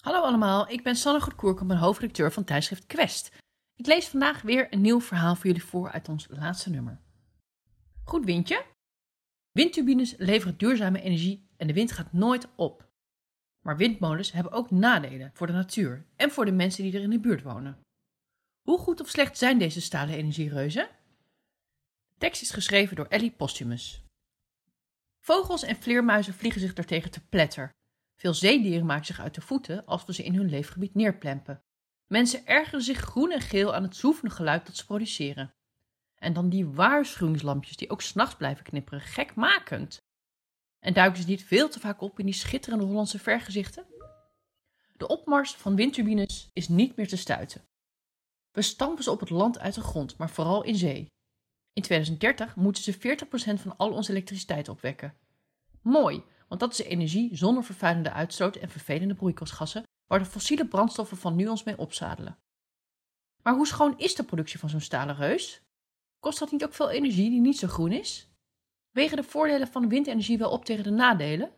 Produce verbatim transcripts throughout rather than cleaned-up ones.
Hallo allemaal, ik ben Sanne Goedkoerkamp, mijn hoofdredacteur van tijdschrift Quest. Ik lees vandaag weer een nieuw verhaal voor jullie voor uit ons laatste nummer. Goed windje? Windturbines leveren duurzame energie en de wind gaat nooit op. Maar windmolens hebben ook nadelen voor de natuur en voor de mensen die er in de buurt wonen. Hoe goed of slecht zijn deze stalen energiereuzen? De tekst is geschreven door Ellie Postumus. Vogels en vleermuizen vliegen zich daartegen te pletter. Veel zeedieren maken zich uit de voeten als we ze in hun leefgebied neerplempen. Mensen ergeren zich groen en geel aan het zoevende geluid dat ze produceren. En dan die waarschuwingslampjes die ook 's nachts blijven knipperen, gekmakend. En duiken ze niet veel te vaak op in die schitterende Hollandse vergezichten? De opmars van windturbines is niet meer te stuiten. We stampen ze op het land uit de grond, maar vooral in zee. In tweeduizend dertig moeten ze veertig procent van al onze elektriciteit opwekken. Mooi, want dat is energie zonder vervuilende uitstoot en vervelende broeikasgassen, waar de fossiele brandstoffen van nu ons mee opzadelen. Maar hoe schoon is de productie van zo'n stalen reus? Kost dat niet ook veel energie die niet zo groen is? Wegen de voordelen van de windenergie wel op tegen de nadelen?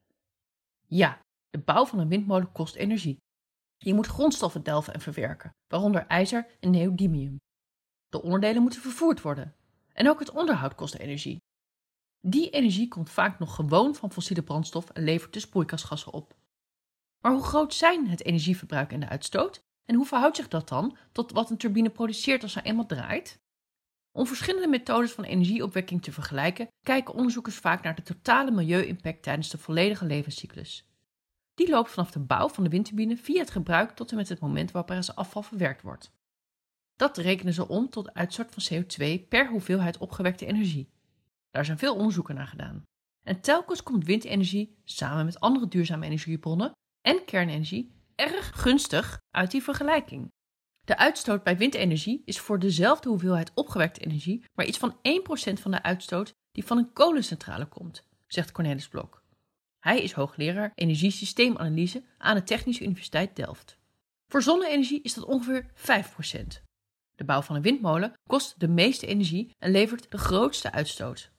Ja, de bouw van een windmolen kost energie. Je moet grondstoffen delven en verwerken, waaronder ijzer en neodymium. De onderdelen moeten vervoerd worden. En ook het onderhoud kost energie. Die energie komt vaak nog gewoon van fossiele brandstof en levert dus broeikasgassen op. Maar hoe groot zijn het energieverbruik en de uitstoot? En hoe verhoudt zich dat dan tot wat een turbine produceert als hij eenmaal draait? Om verschillende methodes van energieopwekking te vergelijken, kijken onderzoekers vaak naar de totale milieu-impact tijdens de volledige levenscyclus. Die loopt vanaf de bouw van de windturbine via het gebruik tot en met het moment waarop er als afval verwerkt wordt. Dat rekenen ze om tot de uitstoot van C O twee per hoeveelheid opgewekte energie. Daar zijn veel onderzoeken naar gedaan. En telkens komt windenergie samen met andere duurzame energiebronnen en kernenergie erg gunstig uit die vergelijking. De uitstoot bij windenergie is voor dezelfde hoeveelheid opgewekte energie maar iets van één procent van de uitstoot die van een kolencentrale komt, zegt Cornelis Blok. Hij is hoogleraar energiesysteemanalyse aan de Technische Universiteit Delft. Voor zonne-energie is dat ongeveer vijf procent. De bouw van een windmolen kost de meeste energie en levert de grootste uitstoot.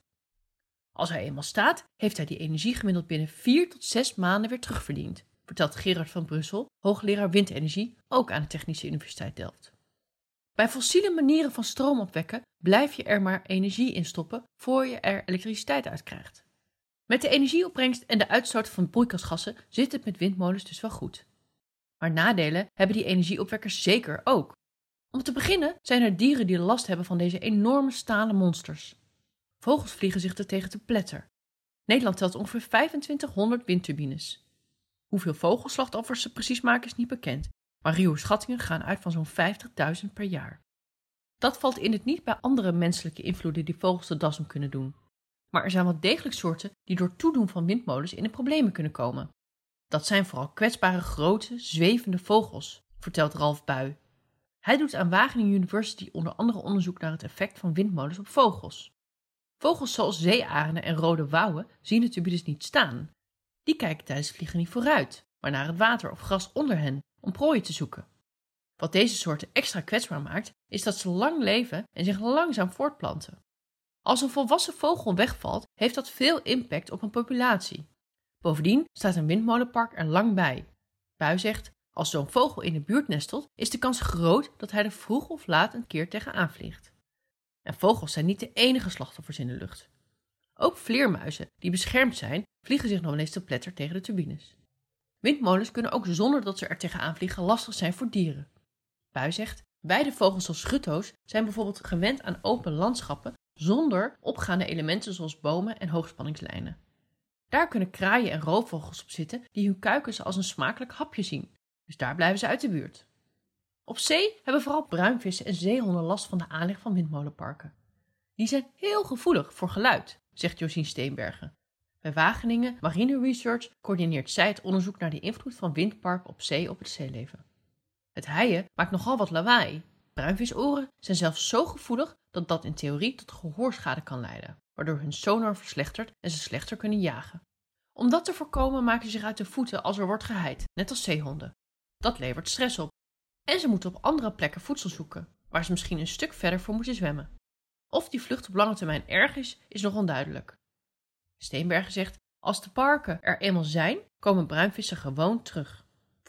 Als hij eenmaal staat, heeft hij die energie gemiddeld binnen vier tot zes maanden weer terugverdiend, vertelt Gerard van Brussel, hoogleraar windenergie, ook aan de Technische Universiteit Delft. Bij fossiele manieren van stroom opwekken blijf je er maar energie in stoppen voor je er elektriciteit uit krijgt. Met de energieopbrengst en de uitstoot van broeikasgassen zit het met windmolens dus wel goed. Maar nadelen hebben die energieopwekkers zeker ook. Om te beginnen zijn er dieren die last hebben van deze enorme stalen monsters. Vogels vliegen zich er tegen te pletter. Nederland telt ongeveer vijfentwintighonderd windturbines. Hoeveel vogelslachtoffers ze precies maken is niet bekend, maar ruwe schattingen gaan uit van zo'n vijftigduizend per jaar. Dat valt in het niet bij andere menselijke invloeden die vogels de das om kunnen doen. Maar er zijn wel degelijk soorten die door toedoen van windmolens in de problemen kunnen komen. Dat zijn vooral kwetsbare grote, zwevende vogels, vertelt Ralf Buy. Hij doet aan Wageningen University onder andere onderzoek naar het effect van windmolens op vogels. Vogels zoals zeearenden en rode wouwen zien de turbines niet staan. Die kijken tijdens het vliegen niet vooruit, maar naar het water of gras onder hen om prooien te zoeken. Wat deze soorten extra kwetsbaar maakt, is dat ze lang leven en zich langzaam voortplanten. Als een volwassen vogel wegvalt, heeft dat veel impact op een populatie. Bovendien staat een windmolenpark er lang bij. Buy zegt, als zo'n vogel in de buurt nestelt, is de kans groot dat hij er vroeg of laat een keer tegenaan vliegt. En vogels zijn niet de enige slachtoffers in de lucht. Ook vleermuizen, die beschermd zijn, vliegen zich nog wel eens te pletter tegen de turbines. Windmolens kunnen ook zonder dat ze er tegenaan vliegen lastig zijn voor dieren. Buy zegt, weidevogels zoals schutto's zijn bijvoorbeeld gewend aan open landschappen zonder opgaande elementen zoals bomen en hoogspanningslijnen. Daar kunnen kraaien en roofvogels op zitten die hun kuikens als een smakelijk hapje zien, dus daar blijven ze uit de buurt. Op zee hebben vooral bruinvissen en zeehonden last van de aanleg van windmolenparken. Die zijn heel gevoelig voor geluid, zegt Josien Steenbergen. Bij Wageningen Marine Research coördineert zij het onderzoek naar de invloed van windparken op zee op het zeeleven. Het heien maakt nogal wat lawaai. Bruinvisoren zijn zelfs zo gevoelig dat dat in theorie tot gehoorschade kan leiden, waardoor hun sonar verslechtert en ze slechter kunnen jagen. Om dat te voorkomen maken ze zich uit de voeten als er wordt geheid, net als zeehonden. Dat levert stress op. En ze moeten op andere plekken voedsel zoeken, waar ze misschien een stuk verder voor moeten zwemmen. Of die vlucht op lange termijn erg is, is nog onduidelijk. Steenbergen zegt, als de parken er eenmaal zijn, komen bruinvissen gewoon terug.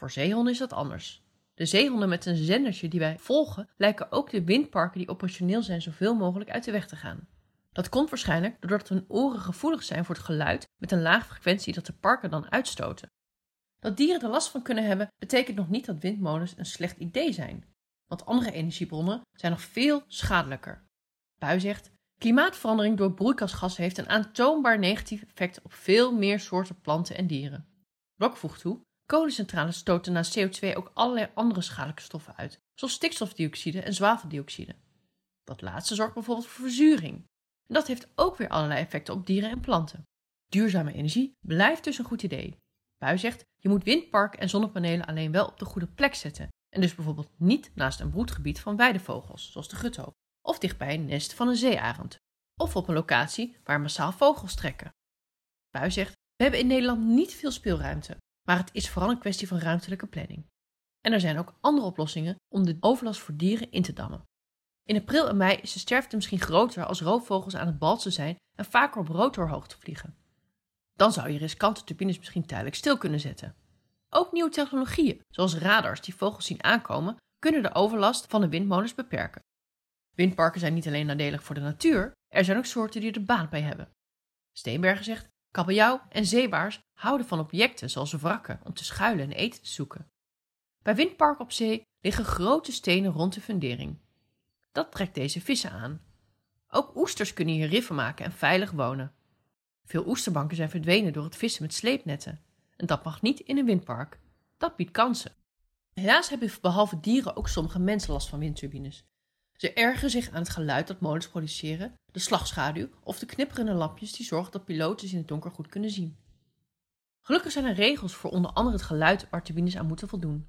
Voor zeehonden is dat anders. De zeehonden met een zendertje die wij volgen lijken ook de windparken die operationeel zijn zoveel mogelijk uit de weg te gaan. Dat komt waarschijnlijk doordat hun oren gevoelig zijn voor het geluid met een lage frequentie dat de parken dan uitstoten. Dat dieren er last van kunnen hebben, betekent nog niet dat windmolens een slecht idee zijn. Want andere energiebronnen zijn nog veel schadelijker. Bui zegt, klimaatverandering door broeikasgassen heeft een aantoonbaar negatief effect op veel meer soorten planten en dieren. Blok voegt toe, kolencentrales stoten na C O twee ook allerlei andere schadelijke stoffen uit, zoals stikstofdioxide en zwaveldioxide. Dat laatste zorgt bijvoorbeeld voor verzuring. En dat heeft ook weer allerlei effecten op dieren en planten. Duurzame energie blijft dus een goed idee. Bui zegt, je moet windparken en zonnepanelen alleen wel op de goede plek zetten. En dus bijvoorbeeld niet naast een broedgebied van weidevogels, zoals de guthoop, of dichtbij een nest van een zeearend, of op een locatie waar massaal vogels trekken. Bui zegt, we hebben in Nederland niet veel speelruimte, maar het is vooral een kwestie van ruimtelijke planning. En er zijn ook andere oplossingen om de overlast voor dieren in te dammen. In april en mei is de sterfte misschien groter als roofvogels aan het balsen zijn en vaker op rotorhoogte vliegen. Dan zou je riskante turbines misschien tijdelijk stil kunnen zetten. Ook nieuwe technologieën, zoals radars die vogels zien aankomen, kunnen de overlast van de windmolens beperken. Windparken zijn niet alleen nadelig voor de natuur, er zijn ook soorten die er baat bij hebben. Steenbergen zegt, kabeljauw en zeebaars houden van objecten zoals wrakken om te schuilen en eten te zoeken. Bij windparken op zee liggen grote stenen rond de fundering. Dat trekt deze vissen aan. Ook oesters kunnen hier riffen maken en veilig wonen. Veel oesterbanken zijn verdwenen door het vissen met sleepnetten. En dat mag niet in een windpark. Dat biedt kansen. Helaas hebben behalve dieren ook sommige mensen last van windturbines. Ze ergeren zich aan het geluid dat molens produceren, de slagschaduw of de knipperende lampjes die zorgen dat piloten in het donker goed kunnen zien. Gelukkig zijn er regels voor onder andere het geluid waar turbines aan moeten voldoen.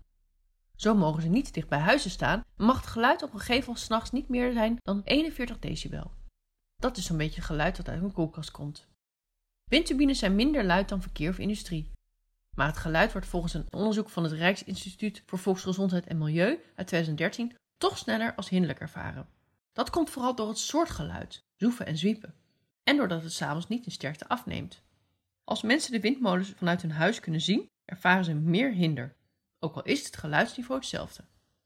Zo mogen ze niet dicht bij huizen staan en mag het geluid op een gevel 's nachts niet meer zijn dan eenenveertig decibel. Dat is zo'n beetje het geluid dat uit een koelkast komt. Windturbines zijn minder luid dan verkeer of industrie. Maar het geluid wordt volgens een onderzoek van het Rijksinstituut voor Volksgezondheid en Milieu uit twintig dertien toch sneller als hinderlijk ervaren. Dat komt vooral door het soort geluid, zoeven en zwiepen. En doordat het 's avonds niet in sterkte afneemt. Als mensen de windmolens vanuit hun huis kunnen zien, ervaren ze meer hinder. Ook al is het geluidsniveau hetzelfde.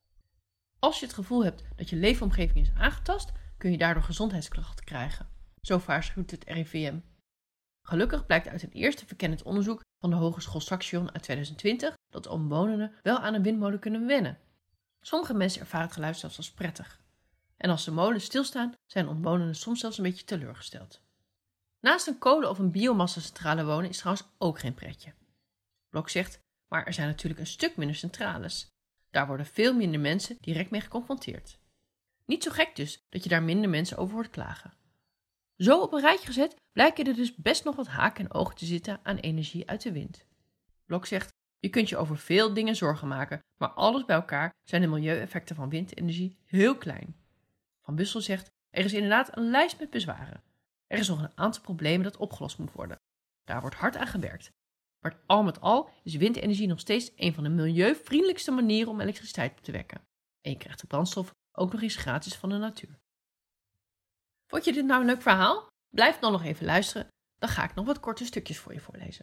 Als je het gevoel hebt dat je leefomgeving is aangetast, kun je daardoor gezondheidsklachten krijgen. Zo waarschuwt het R I V M. Gelukkig blijkt uit een eerste verkennend onderzoek van de Hogeschool Saxion uit twintig twintig dat omwonenden wel aan een windmolen kunnen wennen. Sommige mensen ervaren het geluid zelfs als prettig. En als de molens stilstaan, zijn omwonenden soms zelfs een beetje teleurgesteld. Naast een kolen- of een biomassacentrale wonen is trouwens ook geen pretje. Blok zegt, maar er zijn natuurlijk een stuk minder centrales. Daar worden veel minder mensen direct mee geconfronteerd. Niet zo gek dus dat je daar minder mensen over hoort klagen. Zo op een rijtje gezet blijken er dus best nog wat haken en ogen te zitten aan energie uit de wind. Blok zegt, je kunt je over veel dingen zorgen maken, maar alles bij elkaar zijn de milieueffecten van windenergie heel klein. Van Bussel zegt, er is inderdaad een lijst met bezwaren. Er is nog een aantal problemen dat opgelost moet worden. Daar wordt hard aan gewerkt. Maar al met al is windenergie nog steeds een van de milieuvriendelijkste manieren om elektriciteit op te wekken. En je krijgt de brandstof ook nog eens gratis van de natuur. Vond je dit nou een leuk verhaal? Blijf dan nog even luisteren, dan ga ik nog wat korte stukjes voor je voorlezen.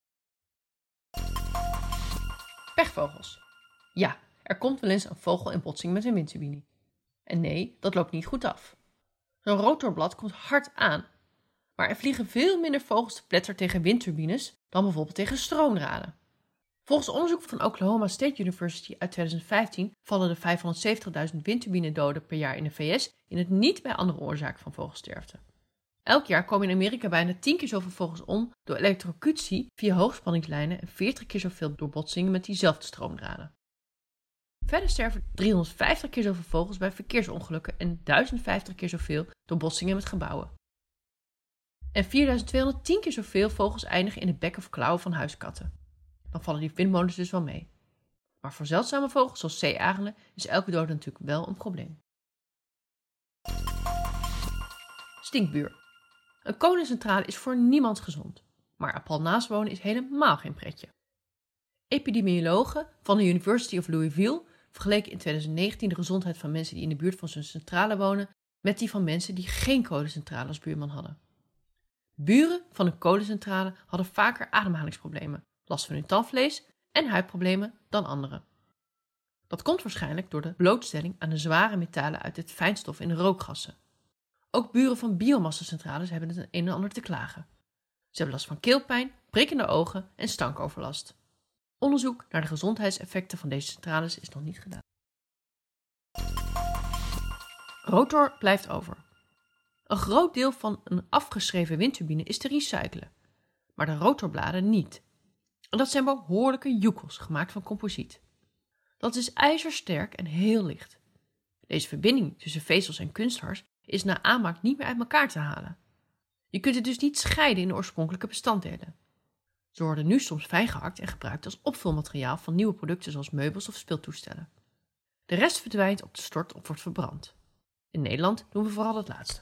Pechvogels. Ja, er komt wel eens een vogel in botsing met een windturbine. En nee, dat loopt niet goed af. Zo'n rotorblad komt hard aan. Maar er vliegen veel minder vogels te pletter tegen windturbines dan bijvoorbeeld tegen stroomdraden. Volgens onderzoek van Oklahoma State University uit twintig vijftien vallen de vijfhonderdzeventigduizend windturbinedoden per jaar in de V S in het niet bij andere oorzaken van vogelsterfte. Elk jaar komen in Amerika bijna tien keer zoveel vogels om door elektrocutie via hoogspanningslijnen en veertig keer zoveel door botsingen met diezelfde stroomdraden. Verder sterven driehonderdvijftig keer zoveel vogels bij verkeersongelukken en duizend vijftig keer zoveel door botsingen met gebouwen. En vierduizend tweehonderdtien keer zoveel vogels eindigen in de bek of klauwen van huiskatten. Dan vallen die windmolens dus wel mee. Maar voor zeldzame vogels zoals zeearenden is elke dode natuurlijk wel een probleem. Stinkbuur. Een kolencentrale is voor niemand gezond, maar er pal naast wonen is helemaal geen pretje. Epidemiologen van de University of Louisville vergeleken in twintig negentien de gezondheid van mensen die in de buurt van zo'n centrale wonen met die van mensen die geen kolencentrale als buurman hadden. Buren van een kolencentrale hadden vaker ademhalingsproblemen, last van hun tandvlees en huidproblemen dan andere. Dat komt waarschijnlijk door de blootstelling aan de zware metalen uit het fijnstof in de rookgassen. Ook buren van biomassacentrales hebben het een en ander te klagen. Ze hebben last van keelpijn, prikkende ogen en stankoverlast. Onderzoek naar de gezondheidseffecten van deze centrales is nog niet gedaan. Rotor blijft over. Een groot deel van een afgeschreven windturbine is te recyclen, maar de rotorbladen niet. En dat zijn behoorlijke joekels gemaakt van composiet. Dat is ijzersterk en heel licht. Deze verbinding tussen vezels en kunsthars is na aanmaak niet meer uit elkaar te halen. Je kunt het dus niet scheiden in de oorspronkelijke bestanddelen. Ze worden nu soms fijngehakt en gebruikt als opvulmateriaal van nieuwe producten zoals meubels of speeltoestellen. De rest verdwijnt op de stort of wordt verbrand. In Nederland doen we vooral het laatste.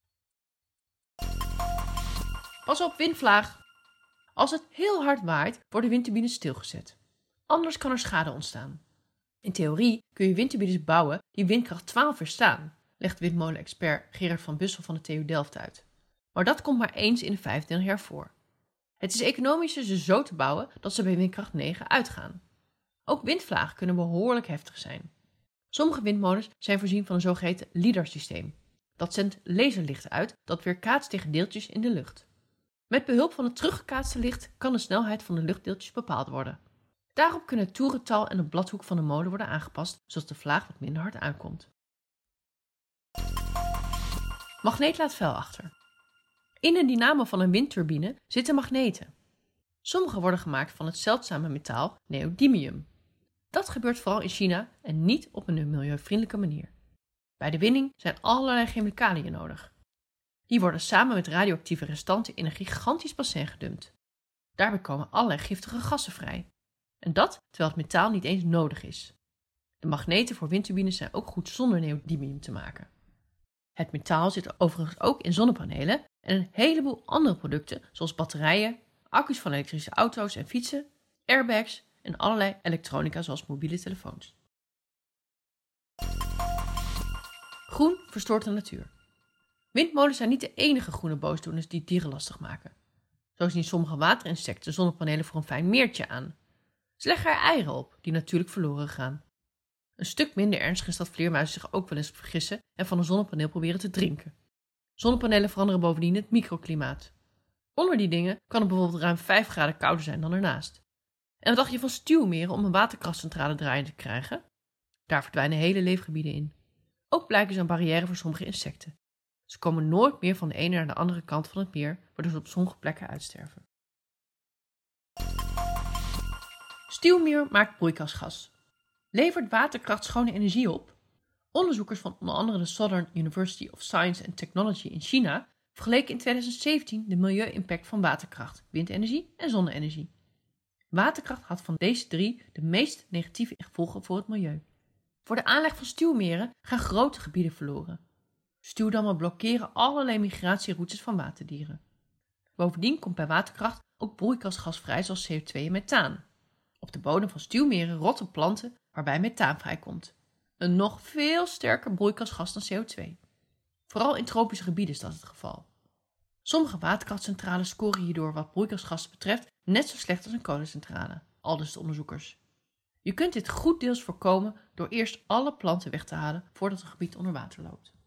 Pas op, windvlaag! Als het heel hard waait, worden windturbines stilgezet. Anders kan er schade ontstaan. In theorie kun je windturbines bouwen die windkracht twaalf weerstaan, legt windmolenexpert Gerard van Bussel van de T U Delft uit. Maar dat komt maar eens in de vijfentwintig jaar voor. Het is economischer ze zo te bouwen dat ze bij windkracht negen uitgaan. Ook windvlagen kunnen behoorlijk heftig zijn. Sommige windmolens zijn voorzien van een zogeheten LIDAR-systeem. Dat zendt laserlicht uit dat weerkaatst tegen deeltjes in de lucht. Met behulp van het teruggekaatste licht kan de snelheid van de luchtdeeltjes bepaald worden. Daarop kunnen het toerental en de bladhoek van de molen worden aangepast, zodat de vlaag wat minder hard aankomt. Magneet laat vuil achter. In de dynamo van een windturbine zitten magneten. Sommige worden gemaakt van het zeldzame metaal neodymium. Dat gebeurt vooral in China en niet op een milieuvriendelijke manier. Bij de winning zijn allerlei chemicaliën nodig. Die worden samen met radioactieve restanten in een gigantisch bassin gedumpt. Daarbij komen allerlei giftige gassen vrij. En dat terwijl het metaal niet eens nodig is. De magneten voor windturbines zijn ook goed zonder neodymium te maken. Het metaal zit overigens ook in zonnepanelen en een heleboel andere producten zoals batterijen, accu's van elektrische auto's en fietsen, airbags en allerlei elektronica zoals mobiele telefoons. Groen verstoort de natuur. Windmolens zijn niet de enige groene boosdoeners die dieren lastig maken. Zo zien sommige waterinsecten zonnepanelen voor een fijn meertje aan. Ze leggen er eieren op, die natuurlijk verloren gaan. Een stuk minder ernstig is dat vleermuizen zich ook wel eens vergissen en van een zonnepaneel proberen te drinken. Zonnepanelen veranderen bovendien het microklimaat. Onder die dingen kan het bijvoorbeeld ruim vijf graden kouder zijn dan ernaast. En wat dacht je van stuwmeren om een waterkrachtcentrale draaiend te krijgen? Daar verdwijnen hele leefgebieden in. Ook blijken ze een barrière voor sommige insecten. Ze komen nooit meer van de ene naar de andere kant van het meer, waardoor ze op sommige plekken uitsterven. Stuwmeer maakt broeikasgas. Levert waterkracht schone energie op? Onderzoekers van onder andere de Southern University of Science and Technology in China vergeleken in twintig zeventien de milieu-impact van waterkracht, windenergie en zonne-energie. Waterkracht had van deze drie de meest negatieve gevolgen voor het milieu. Voor de aanleg van stuwmeren gaan grote gebieden verloren. Stuwdammen blokkeren allerlei migratieroutes van waterdieren. Bovendien komt bij waterkracht ook broeikasgas vrij zoals C O twee en methaan. Op de bodem van stuwmeren rotten planten waarbij methaan vrijkomt. Een nog veel sterker broeikasgas dan C O twee. Vooral in tropische gebieden is dat het geval. Sommige waterkrachtcentrales scoren hierdoor wat broeikasgassen betreft net zo slecht als een kolencentrale, aldus de onderzoekers. Je kunt dit goed deels voorkomen door eerst alle planten weg te halen voordat een gebied onder water loopt.